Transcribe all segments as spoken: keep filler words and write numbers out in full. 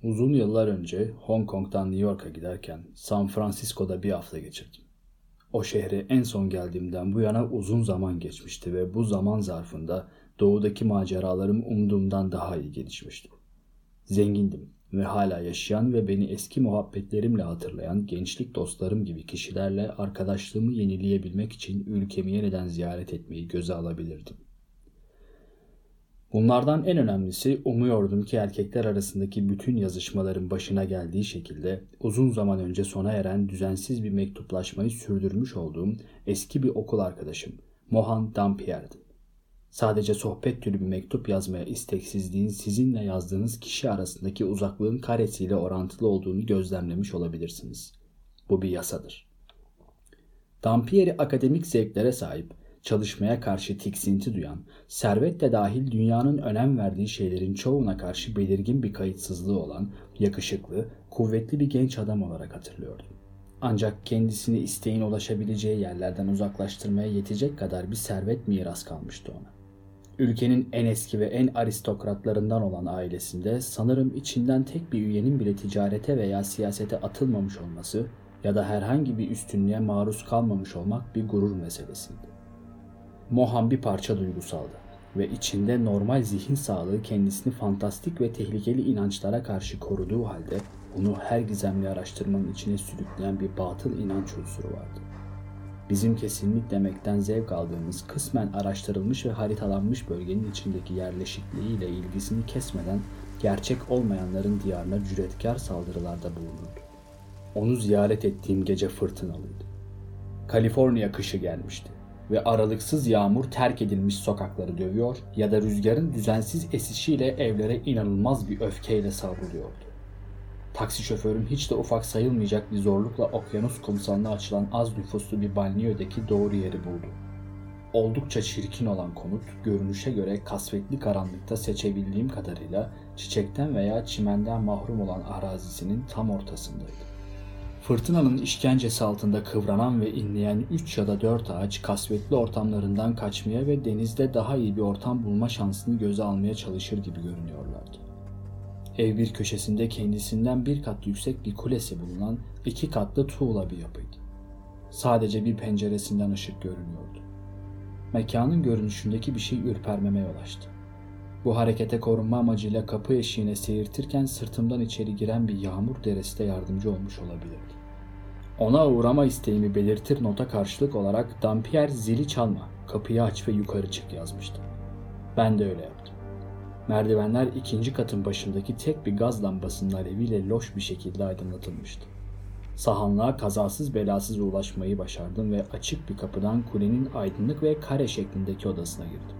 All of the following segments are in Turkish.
Uzun yıllar önce Hong Kong'dan New York'a giderken San Francisco'da bir hafta geçirdim. O şehre en son geldiğimden bu yana uzun zaman geçmişti ve bu zaman zarfında doğudaki maceralarım umduğumdan daha iyi gelişmişti. Zengindim ve hala yaşayan ve beni eski muhabbetlerimle hatırlayan gençlik dostlarım gibi kişilerle arkadaşlığımı yenileyebilmek için ülkemi yeniden ziyaret etmeyi göze alabilirdim. Bunlardan en önemlisi, umuyordum ki erkekler arasındaki bütün yazışmaların başına geldiği şekilde uzun zaman önce sona eren düzensiz bir mektuplaşmayı sürdürmüş olduğum eski bir okul arkadaşım Mohan Dampierre'di. Sadece sohbet türü bir mektup yazmaya isteksizliğin sizinle yazdığınız kişi arasındaki uzaklığın karesiyle orantılı olduğunu gözlemlemiş olabilirsiniz. Bu bir yasadır. Dampierre akademik zevklere sahip, çalışmaya karşı tiksinti duyan, servet de dahil dünyanın önem verdiği şeylerin çoğuna karşı belirgin bir kayıtsızlığı olan, yakışıklı, kuvvetli bir genç adam olarak hatırlıyordum. Ancak kendisini isteğin ulaşabileceği yerlerden uzaklaştırmaya yetecek kadar bir servet miras kalmıştı ona. Ülkenin en eski ve en aristokratlarından olan ailesinde sanırım içinden tek bir üyenin bile ticarete veya siyasete atılmamış olması ya da herhangi bir üstünlüğe maruz kalmamış olmak bir gurur meselesiydi. Mohan bir parça duygusaldı ve içinde normal zihin sağlığı kendisini fantastik ve tehlikeli inançlara karşı koruduğu halde onu her gizemli araştırmanın içine sürükleyen bir batıl inanç unsuru vardı. Bizim kesinlik demekten zevk aldığımız kısmen araştırılmış ve haritalanmış bölgenin içindeki yerleşikliğiyle ilgisini kesmeden gerçek olmayanların diyarına cüretkar saldırılarda bulunurdu. Onu ziyaret ettiğim gece fırtınalıydı. Kaliforniya kışı gelmişti ve aralıksız yağmur terk edilmiş sokakları dövüyor ya da rüzgarın düzensiz esişiyle evlere inanılmaz bir öfkeyle savruluyordu. Taksi şoförüm hiç de ufak sayılmayacak bir zorlukla okyanus kumsalına açılan az nüfuslu bir banliyödeki doğru yeri buldu. Oldukça çirkin olan konut, görünüşe göre kasvetli karanlıkta seçebildiğim kadarıyla çiçekten veya çimenden mahrum olan arazisinin tam ortasındaydı. Fırtınanın işkencesi altında kıvranan ve inleyen üç ya da dört ağaç kasvetli ortamlarından kaçmaya ve denizde daha iyi bir ortam bulma şansını göze almaya çalışır gibi görünüyorlardı. Ev bir köşesinde kendisinden bir kat yüksek bir kulesi bulunan iki katlı tuğla bir yapıydı. Sadece bir penceresinden ışık görünüyordu. Mekanın görünüşündeki bir şey ürpermeme yol açtı. Bu harekete korunma amacıyla kapı eşiğine seyirtirken sırtımdan içeri giren bir yağmur deresi de yardımcı olmuş olabilirdi. Ona uğrama isteğimi belirtir nota karşılık olarak Dampierre zili çalma, kapıyı aç ve yukarı çık yazmıştı. Ben de öyle yaptım. Merdivenler ikinci katın başındaki tek bir gaz lambasının aleviyle loş bir şekilde aydınlatılmıştı. Sahanlığa kazasız belasız ulaşmayı başardım ve açık bir kapıdan kulenin aydınlık ve kare şeklindeki odasına girdim.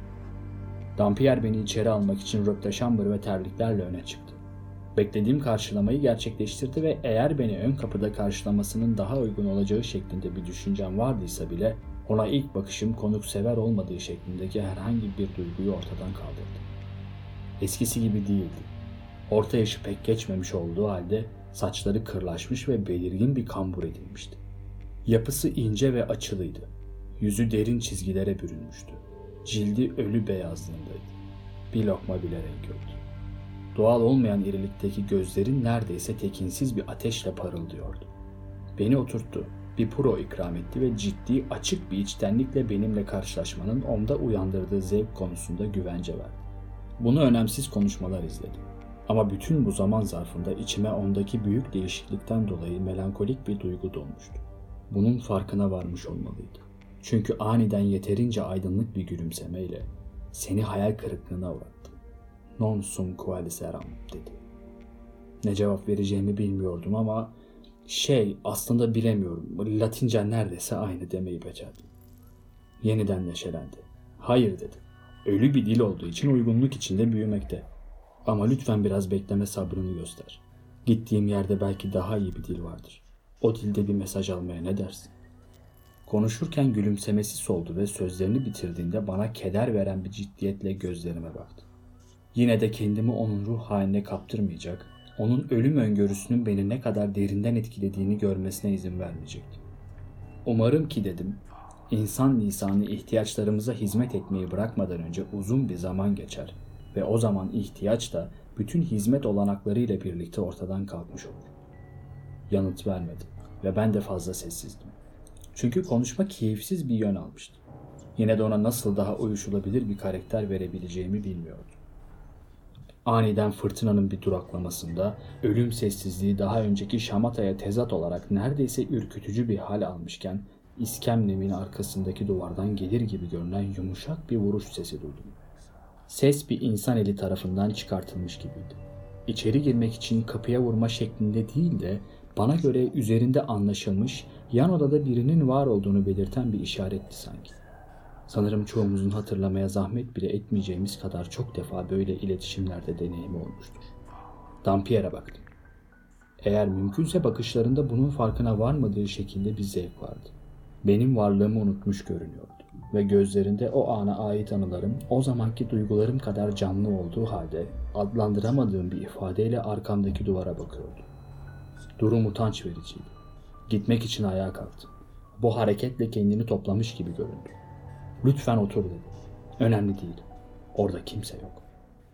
Dampierre beni içeri almak için röpteşambır ve terliklerle öne çıktı. Beklediğim karşılamayı gerçekleştirdi ve eğer beni ön kapıda karşılamasının daha uygun olacağı şeklinde bir düşüncem vardıysa bile ona ilk bakışım konuksever olmadığı şeklindeki herhangi bir duyguyu ortadan kaldırdı. Eskisi gibi değildi. Orta yaşı pek geçmemiş olduğu halde saçları kırlaşmış ve belirgin bir kambur edilmişti. Yapısı ince ve açılıydı. Yüzü derin çizgilere bürünmüştü. Cildi ölü beyazlığındaydı. Bir lokma bile renk yoktu. Doğal olmayan irilikteki gözlerin neredeyse tekinsiz bir ateşle parıldıyordu. Beni oturttu, bir puro ikram etti ve ciddi, açık bir içtenlikle benimle karşılaşmanın onda uyandırdığı zevk konusunda güvence verdi. Bunu önemsiz konuşmalar izledim. Ama bütün bu zaman zarfında içime ondaki büyük değişiklikten dolayı melankolik bir duygu dolmuştu. Bunun farkına varmış olmalıydı. Çünkü aniden yeterince aydınlık bir gülümsemeyle seni hayal kırıklığına uğrattım. Non sum qualis eram dedi. Ne cevap vereceğimi bilmiyordum ama şey aslında bilemiyorum. Latince neredeyse aynı demeyi becerdim. Yeniden neşelendi. Hayır dedi. Ölü bir dil olduğu için uygunluk içinde büyümekte. Ama lütfen biraz bekleme sabrını göster. Gittiğim yerde belki daha iyi bir dil vardır. O dilde bir mesaj almaya ne dersin? Konuşurken gülümsemesi soldu ve sözlerini bitirdiğinde bana keder veren bir ciddiyetle gözlerime baktı. Yine de kendimi onun ruh haline kaptırmayacak, onun ölüm öngörüsünün beni ne kadar derinden etkilediğini görmesine izin vermeyecektim. Umarım ki dedim, insan lisanı ihtiyaçlarımıza hizmet etmeyi bırakmadan önce uzun bir zaman geçer ve o zaman ihtiyaç da bütün hizmet olanaklarıyla birlikte ortadan kalkmış olur. Yanıt vermedi ve ben de fazla sessizdim. Çünkü konuşma keyifsiz bir yön almıştı. Yine de ona nasıl daha uyuşulabilir bir karakter verebileceğimi bilmiyordum. Aniden fırtınanın bir duraklamasında ölüm sessizliği daha önceki şamataya tezat olarak neredeyse ürkütücü bir hal almışken iskemlemin arkasındaki duvardan gelir gibi görünen yumuşak bir vuruş sesi duydum. Ses bir insan eli tarafından çıkartılmış gibiydi. İçeri girmek için kapıya vurma şeklinde değil de bana göre üzerinde anlaşılmış, yan odada birinin var olduğunu belirten bir işaretti sanki. Sanırım çoğumuzun hatırlamaya zahmet bile etmeyeceğimiz kadar çok defa böyle iletişimlerde deneyimi olmuştur. Dampierre'e baktım. Eğer mümkünse bakışlarında bunun farkına varmadığı şekilde bir zevk vardı. Benim varlığımı unutmuş görünüyordu ve gözlerinde o ana ait anılarım o zamanki duygularım kadar canlı olduğu halde adlandıramadığım bir ifadeyle arkamdaki duvara bakıyordu. Durum utanç vericiydi. Gitmek için ayağa kalktım. Bu hareketle kendini toplamış gibi göründü. "Lütfen otur," dedi. "Önemli değil. Orada kimse yok."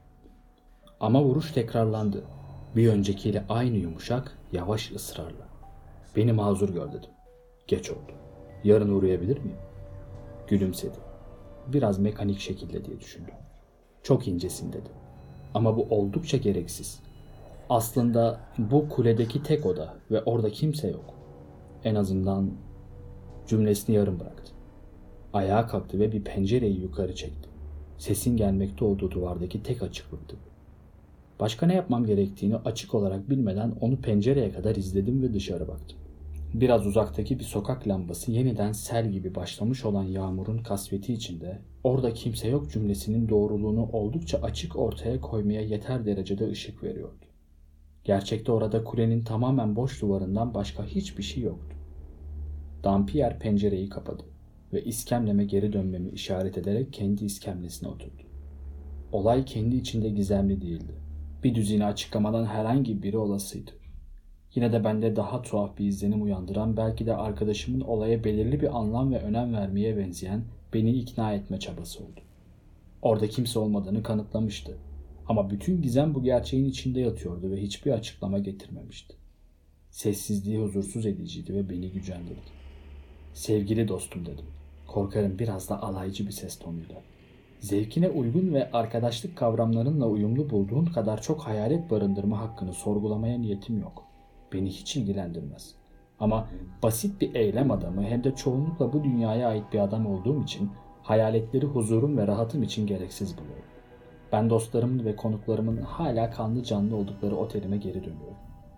Ama vuruş tekrarlandı. Bir öncekiyle aynı yumuşak, yavaş ısrarla. "Beni mazur gör," dedim. "Geç oldu. Yarın uğrayabilir miyim?" Gülümsedi. Biraz mekanik şekilde diye düşündüm. "Çok incesin," dedi. "Ama bu oldukça gereksiz. Aslında bu kuledeki tek oda ve orada kimse yok. En azından..." Cümlesini yarım bıraktı. Ayağa kalktı ve bir pencereyi yukarı çekti. Sesin gelmekte olduğu duvardaki tek açıklıktı. Başka ne yapmam gerektiğini açık olarak bilmeden onu pencereye kadar izledim ve dışarı baktım. Biraz uzaktaki bir sokak lambası yeniden sel gibi başlamış olan yağmurun kasveti içinde "orada kimse yok" cümlesinin doğruluğunu oldukça açık ortaya koymaya yeter derecede ışık veriyordu. Gerçekte orada kulenin tamamen boş duvarından başka hiçbir şey yoktu. Dampierre pencereyi kapadı ve iskemleme geri dönmemi işaret ederek kendi iskemlesine oturdu. Olay kendi içinde gizemli değildi. Bir düzine açıklamadan herhangi biri olasıydı. Yine de bende daha tuhaf bir izlenim uyandıran, belki de arkadaşımın olaya belirli bir anlam ve önem vermeye benzeyen beni ikna etme çabası oldu. Orada kimse olmadığını kanıtlamıştı. Ama bütün gizem bu gerçeğin içinde yatıyordu ve hiçbir açıklama getirmemişti. Sessizliği huzursuz ediciydi ve beni gücendirdi. "Sevgili dostum," dedim. Korkarım biraz da alaycı bir ses tonuyla. "Zevkine uygun ve arkadaşlık kavramlarınla uyumlu bulduğun kadar çok hayalet barındırma hakkını sorgulamaya niyetim yok. Beni hiç ilgilendirmez. Ama basit bir eylem adamı hem de çoğunlukla bu dünyaya ait bir adam olduğum için hayaletleri huzurum ve rahatım için gereksiz buluyorum. Ben dostlarımın ve konuklarımın hala kanlı canlı oldukları otelime geri dönüyorum."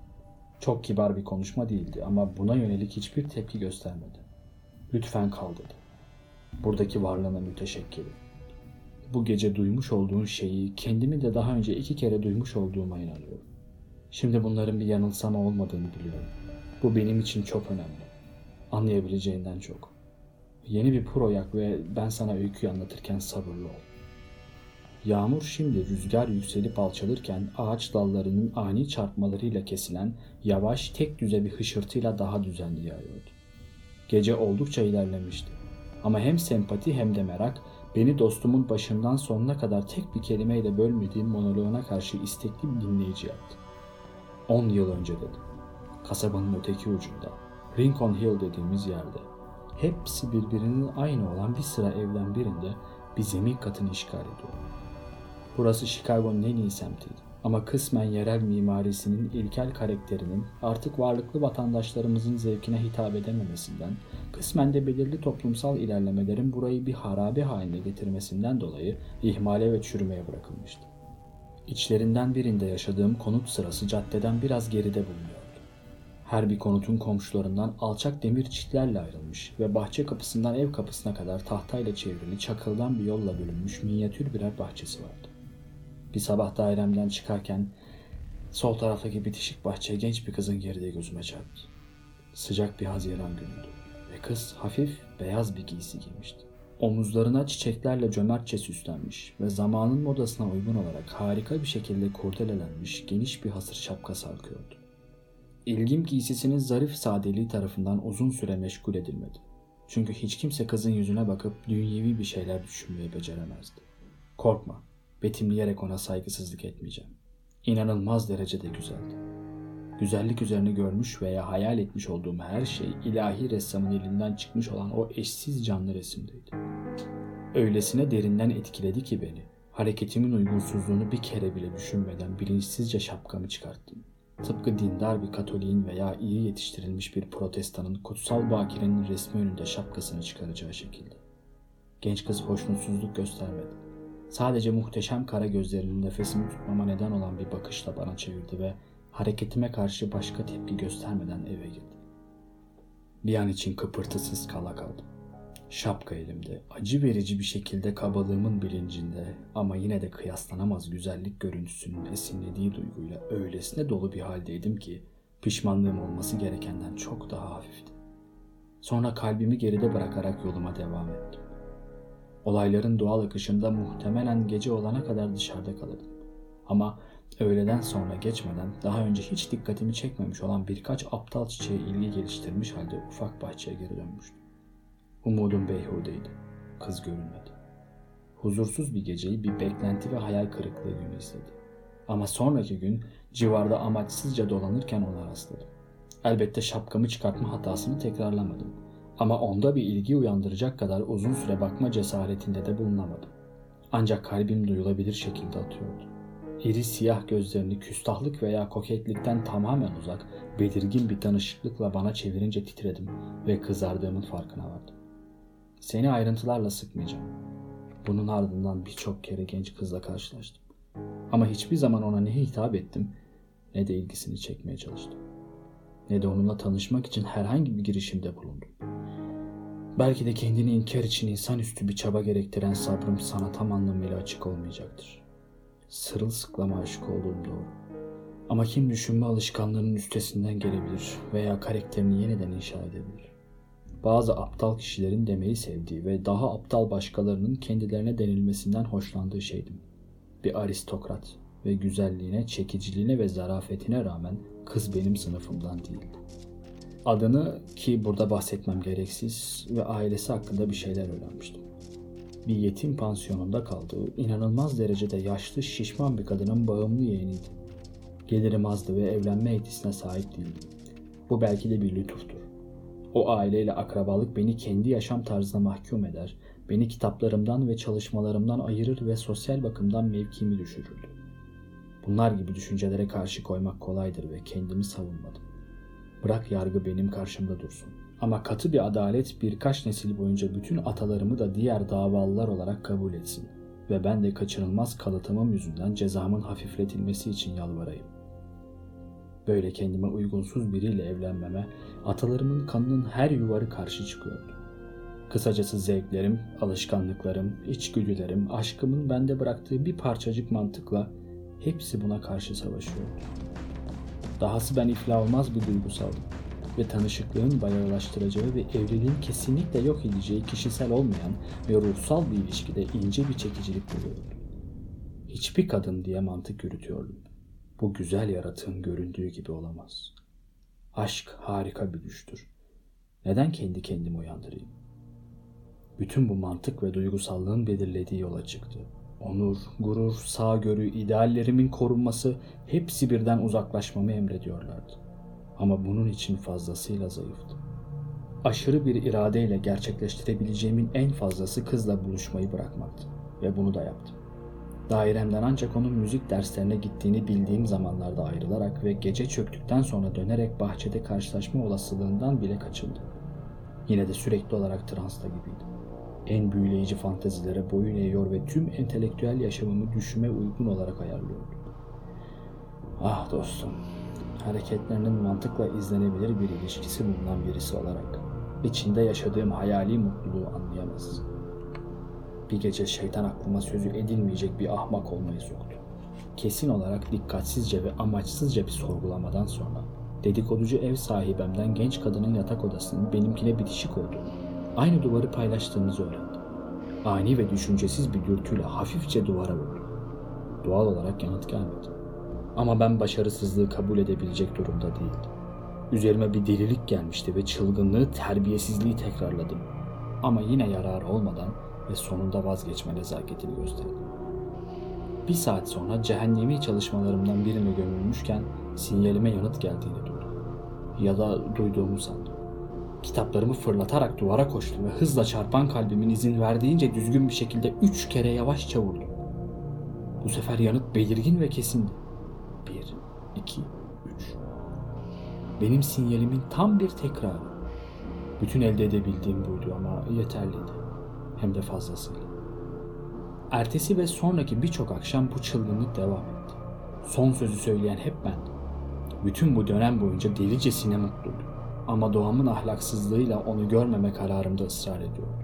Çok kibar bir konuşma değildi ama buna yönelik hiçbir tepki göstermedi. "Lütfen kal," dedi. "Buradaki varlığına müteşekkirim. Bu gece duymuş olduğun şeyi kendimi de daha önce iki kere duymuş olduğuma inanıyorum. Şimdi bunların bir yanılsama olmadığını biliyorum. Bu benim için çok önemli. Anlayabileceğinden çok. Yeni bir proyak ve ben sana öyküyü anlatırken sabırlı ol." Yağmur şimdi rüzgar yükselip alçalırken ağaç dallarının ani çarpmalarıyla kesilen yavaş tek düze bir hışırtıyla daha düzenli yağıyordu. Gece oldukça ilerlemişti. Ama hem sempati hem de merak beni dostumun başından sonuna kadar tek bir kelimeyle bölmediğim monoloğuna karşı istekli bir dinleyici yaptı. On yıl önce," dedi. "Kasabanın öteki ucunda, Rincon Hill dediğimiz yerde, hepsi birbirinin aynı olan bir sıra evden birinde bir zemin katını işgal ediyor. Burası Chicago'nun en iyi semtiydi. Ama kısmen yerel mimarisinin ilkel karakterinin artık varlıklı vatandaşlarımızın zevkine hitap edememesinden, kısmen de belirli toplumsal ilerlemelerin burayı bir harabe haline getirmesinden dolayı ihmale ve çürümeye bırakılmıştı. İçlerinden birinde yaşadığım konut sırası caddeden biraz geride bulunuyordu. Her bir konutun komşularından alçak demir çitlerle ayrılmış ve bahçe kapısından ev kapısına kadar tahtayla çevrili çakıldan bir yolla bölünmüş minyatür birer bahçesi vardı. Bir sabah dairemden çıkarken sol taraftaki bitişik bahçeye genç bir kızın geride gözüme çarptı. Sıcak bir Haziran günüydü ve kız hafif beyaz bir giysi giymişti. Omuzlarına çiçeklerle cömertçe süslenmiş ve zamanın modasına uygun olarak harika bir şekilde kurdelelenmiş geniş bir hasır şapka sarkıyordu. İlgim giysisinin zarif sadeliği tarafından uzun süre meşgul edilmedi. Çünkü hiç kimse kızın yüzüne bakıp dünyevi bir şeyler düşünmeyi beceremezdi. "Korkma, betimleyerek ona saygısızlık etmeyeceğim. İnanılmaz derecede güzeldi. Güzellik üzerine görmüş veya hayal etmiş olduğum her şey ilahi ressamın elinden çıkmış olan o eşsiz canlı resimdeydi. Öylesine derinden etkiledi ki beni, hareketimin uygunsuzluğunu bir kere bile düşünmeden bilinçsizce şapkamı çıkarttım. Tıpkı dindar bir Katolik'in veya iyi yetiştirilmiş bir Protestanın kutsal bakirenin resmi önünde şapkasını çıkaracağı şekilde. Genç kız hoşnutsuzluk göstermedi. Sadece muhteşem kara gözlerinin nefesimi tutmama neden olan bir bakışla bana çevirdi ve hareketime karşı başka tepki göstermeden eve girdi. Bir an için kıpırtısız kala kaldım. Şapka elimde, acı verici bir şekilde kabalığımın bilincinde ama yine de kıyaslanamaz güzellik görüntüsünün esinlediği duyguyla öylesine dolu bir haldeydim ki pişmanlığım olması gerekenden çok daha hafifti. Sonra kalbimi geride bırakarak yoluma devam ettim. Olayların doğal akışında muhtemelen gece olana kadar dışarıda kalırdım. Ama öğleden sonra geçmeden daha önce hiç dikkatimi çekmemiş olan birkaç aptal çiçeğe ilgi geliştirmiş halde ufak bahçeye geri dönmüştüm. Umudum beyhudeydi. Kız görünmedi. Huzursuz bir geceyi bir beklenti ve hayal kırıklığı günü izledi. Ama sonraki gün civarda amaçsızca dolanırken ona rastladım. Elbette şapkamı çıkartma hatasını tekrarlamadım. Ama onda bir ilgi uyandıracak kadar uzun süre bakma cesaretinde de bulunamadım. Ancak kalbim duyulabilir şekilde atıyordu. İri siyah gözlerini küstahlık veya koketlikten tamamen uzak, belirgin bir tanışıklıkla bana çevirince titredim ve kızardığımın farkına vardım. Seni ayrıntılarla sıkmayacağım. Bunun ardından birçok kere genç kızla karşılaştım. Ama hiçbir zaman ona ne hitap ettim ne de ilgisini çekmeye çalıştım. Ne de onunla tanışmak için herhangi bir girişimde bulundum. Belki de kendini inkar için insanüstü bir çaba gerektiren sabrım sana tam anlamıyla açık olmayacaktır. Sırılsıklama aşık olduğum doğru. Ama kim düşünme alışkanlığının üstesinden gelebilir veya karakterini yeniden inşa edebilir. Bazı aptal kişilerin demeyi sevdiği ve daha aptal başkalarının kendilerine denilmesinden hoşlandığı şeydim. Bir aristokrat ve güzelliğine, çekiciliğine ve zarafetine rağmen kız benim sınıfımdan değildi. Adını, ki burada bahsetmem gereksiz, ve ailesi hakkında bir şeyler öğrenmiştim. Bir yetim pansiyonunda kaldığı, inanılmaz derecede yaşlı, şişman bir kadının bağımlı yeğeniydi. Gelirim azdı ve evlenme yetisine sahip değildim. Bu belki de bir lütuftur. O aileyle akrabalık beni kendi yaşam tarzına mahkum eder, beni kitaplarımdan ve çalışmalarımdan ayırır ve sosyal bakımdan mevkimi düşürürdü. Bunlar gibi düşüncelere karşı koymak kolaydır ve kendimi savunmadım. Bırak yargı benim karşımda dursun. Ama katı bir adalet birkaç nesil boyunca bütün atalarımı da diğer davalılar olarak kabul etsin ve ben de kaçınılmaz kalıtımım yüzünden cezamın hafifletilmesi için yalvarayım. Böyle kendime uygunsuz biriyle evlenmeme, atalarımın kanının her yuvarı karşı çıkıyordu. Kısacası zevklerim, alışkanlıklarım, içgüdülerim, aşkımın bende bıraktığı bir parçacık mantıkla hepsi buna karşı savaşıyordu. Dahası ben iflah olmaz bir duygusaldım ve tanışıklığın bayağılaştıracağı ve evliliğin kesinlikle yok edeceği kişisel olmayan ve ruhsal bir ilişkide ince bir çekicilik buluyordum. Hiçbir kadın diye mantık yürütüyordum. Bu güzel yaratığın göründüğü gibi olamaz. Aşk harika bir düştür. Neden kendi kendimi uyandırayım? Bütün bu mantık ve duygusallığın belirlediği yola çıktı. Onur, gurur, sağgörü, ideallerimin korunması hepsi birden uzaklaşmamı emrediyorlardı. Ama bunun için fazlasıyla zayıftım. Aşırı bir iradeyle gerçekleştirebileceğimin en fazlası kızla buluşmayı bırakmaktı. Ve bunu da yaptım. Dairemden ancak onun müzik derslerine gittiğini bildiğim zamanlarda ayrılarak ve gece çöktükten sonra dönerek bahçede karşılaşma olasılığından bile kaçındım. Yine de sürekli olarak transta gibiydim. En büyüleyici fantezilere boyun eğiyor ve tüm entelektüel yaşamımı düşüme uygun olarak ayarlıyordum. Ah dostum, hareketlerinin mantıkla izlenebilir bir ilişkisi bulunan birisi olarak içinde yaşadığım hayali mutluluğu anlayamazsın. Bir gece şeytan aklıma sözü edilmeyecek bir ahmak olmayı soktu. Kesin olarak dikkatsizce ve amaçsızca bir sorgulamadan sonra dedikoducu ev sahibemden genç kadının yatak odasının benimkine bitişik olduğunu, aynı duvarı paylaştığımızı öğrendim. Ani ve düşüncesiz bir dürtüyle hafifçe duvara vurdum. Doğal olarak yanıt gelmedi. Ama ben başarısızlığı kabul edebilecek durumda değildim. Üzerime bir delilik gelmişti ve çılgınlığı, terbiyesizliği tekrarladım. Ama yine yarar olmadan ve sonunda vazgeçme nezaketini gösterdim. Bir saat sonra cehennemi çalışmalarımdan birine gömülmüşken sinyalime yanıt geldiğini duydum. Ya da duyduğumu sandım. Kitaplarımı fırlatarak duvara koştum ve hızla çarpan kalbimin izin verdiğince düzgün bir şekilde üç kere yavaşça vurdum. Bu sefer yanıt belirgin ve kesindi. Bir, iki, üç. Benim sinyalimin tam bir tekrarı. Bütün elde edebildiğim buydu ama yeterliydi. Hem de fazlasıyla. Ertesi ve sonraki birçok akşam bu çılgınlık devam etti. Son sözü söyleyen hep bendim. Bütün bu dönem boyunca delicesine mutluydum. Ama doğamın ahlaksızlığıyla onu görmeme kararımda ısrar ediyordum.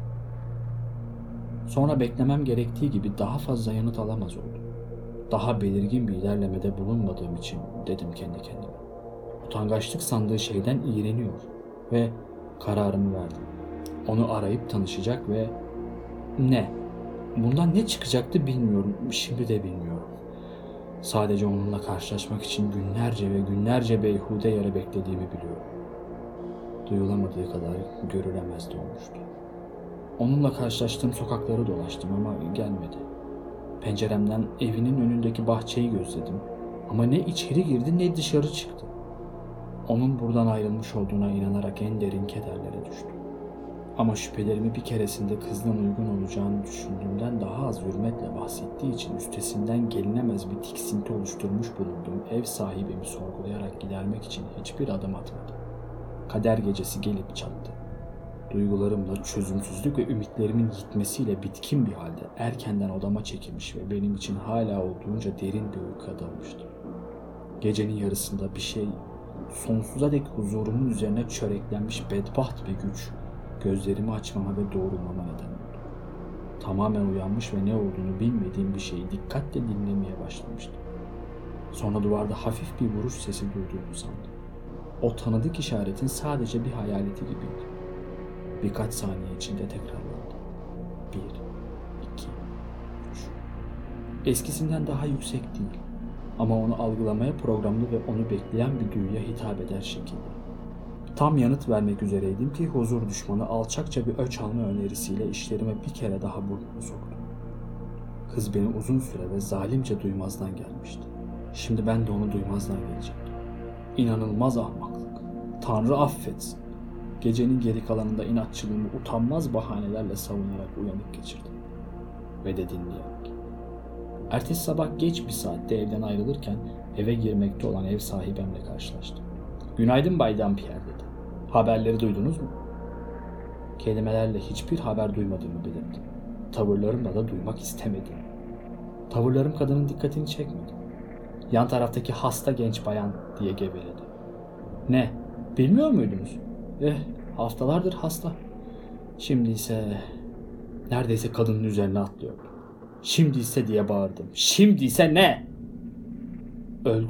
Sonra beklemem gerektiği gibi daha fazla yanıt alamaz oldum. Daha belirgin bir ilerlemede bulunmadığım için dedim kendi kendime. Utangaçlık sandığı şeyden iğreniyor ve kararımı verdim. Onu arayıp tanışacak ve ne? Bundan ne çıkacaktı bilmiyorum. Şimdi de bilmiyorum. Sadece onunla karşılaşmak için günlerce ve günlerce beyhude yere beklediğimi biliyorum. Duyulamadığı kadar görülemez de olmuştu. Onunla karşılaştığım sokakları dolaştım ama gelmedi. Penceremden evinin önündeki bahçeyi gözledim ama ne içeri girdi ne dışarı çıktı. Onun buradan ayrılmış olduğuna inanarak en derin kederlere düştüm. Ama şüphelerimi bir keresinde kızdan uygun olacağını düşündüğümden daha az hürmetle bahsettiği için üstesinden gelinemez bir tiksinti oluşturmuş bulunduğum ev sahibimi sorgulayarak gidermek için hiçbir adım atmadım. Kader gecesi gelip çattı. Duygularımla çözümsüzlük ve ümitlerimin gitmesiyle bitkin bir halde erkenden odama çekilmiş ve benim için hala olduğunca derin bir uykuya dalmıştım. Gecenin yarısında bir şey sonsuza dek huzurumun üzerine çöreklenmiş bedbaht bir güç gözlerimi açmama ve doğrulmama neden oldu. Tamamen uyanmış ve ne olduğunu bilmediğim bir şeyi dikkatle dinlemeye başlamıştım. Sonra duvarda hafif bir vuruş sesi duyduğumu sandım. O tanıdık işaretin sadece bir hayaleti gibiydi. Birkaç saniye içinde tekrarlandı. Bir, iki, üç. Eskisinden daha yüksek değil. Ama onu algılamaya programlı ve onu bekleyen bir duyuya hitap eder şekilde. Tam yanıt vermek üzereydim ki huzur düşmanı alçakça bir öç alma önerisiyle işlerime bir kere daha burnunu soktu. Kız beni uzun süre ve zalimce duymazdan gelmişti. Şimdi ben de onu duymazdan gelecektim. İnanılmaz ahmaklık. Tanrı affetsin. Gecenin geri kalanında inatçılığımı utanmaz bahanelerle savunarak uyanık geçirdim. Ve de dinleyerek. Ertesi sabah geç bir saatte evden ayrılırken eve girmekte olan ev sahibemle karşılaştım. "Günaydın Bay Dampierre" dedi. "Haberleri duydunuz mu?" Kelimelerle hiçbir haber duymadığımı belirttim. Tavırlarımla da duymak istemedim. Tavırlarım kadının dikkatini çekmedi. "Yan taraftaki hasta genç bayan" diye geveledi. "Ne? Bilmiyor muydunuz?" "Eh, haftalardır hasta. Şimdi ise..." Neredeyse kadının üzerine atlıyordu. "Şimdi ise" diye bağırdım. "Şimdi ise ne?" "Öldü."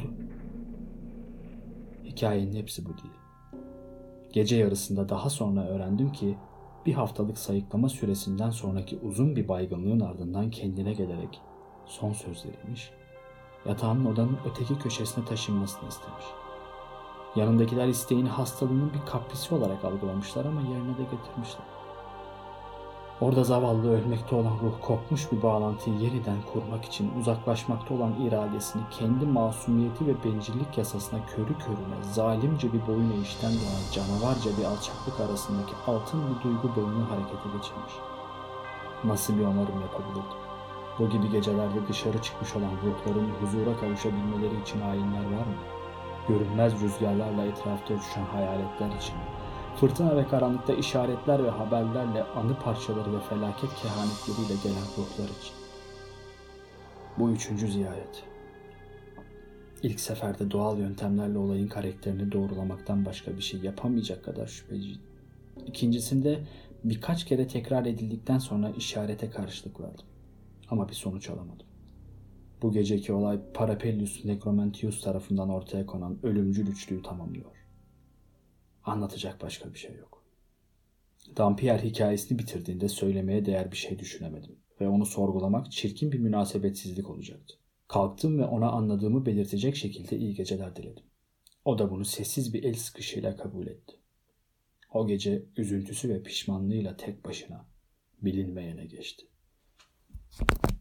Hikayenin hepsi bu değil. Gece yarısında daha sonra öğrendim ki bir haftalık sayıklama süresinden sonraki uzun bir baygınlığın ardından kendine gelerek son sözleriymiş, yatağının odanın öteki köşesine taşınmasını istemiş. Yanındakiler isteğini hastalığının bir kaprisi olarak algılamışlar ama yerine de getirmişler. Orada zavallı ölmekte olan ruh kopmuş bir bağlantıyı yeniden kurmak için uzaklaşmakta olan iradesini kendi masumiyeti ve bencillik yasasına körü körüne zalimce bir boyun eğişten doğan canavarca bir alçaklık arasındaki altın bir duygu bağını harekete geçirmiş. Nasıl bir onarım yapabilirdi? Bu gibi gecelerde dışarı çıkmış olan ruhların huzura kavuşabilmeleri için ayinler var mı? Görünmez rüzgarlarla etrafta uçuşan hayaletler için, fırtına ve karanlıkta işaretler ve haberlerle anı parçaları ve felaket kehanetleriyle gelen ruhlar için. Bu üçüncü ziyaret. İlk seferde doğal yöntemlerle olayın karakterini doğrulamaktan başka bir şey yapamayacak kadar şüpheciydim. İkincisinde birkaç kere tekrar edildikten sonra işarete karşılık verdim. Ama bir sonuç alamadım. Bu geceki olay Parapellius Necromantius tarafından ortaya konan ölümcül üçlüyü tamamlıyor. Anlatacak başka bir şey yok. Dampierre hikayesini bitirdiğinde söylemeye değer bir şey düşünemedim ve onu sorgulamak çirkin bir münasebetsizlik olacaktı. Kalktım ve ona anladığımı belirtecek şekilde iyi geceler diledim. O da bunu sessiz bir el sıkışıyla kabul etti. O gece üzüntüsü ve pişmanlığıyla tek başına bilinmeyene geçti.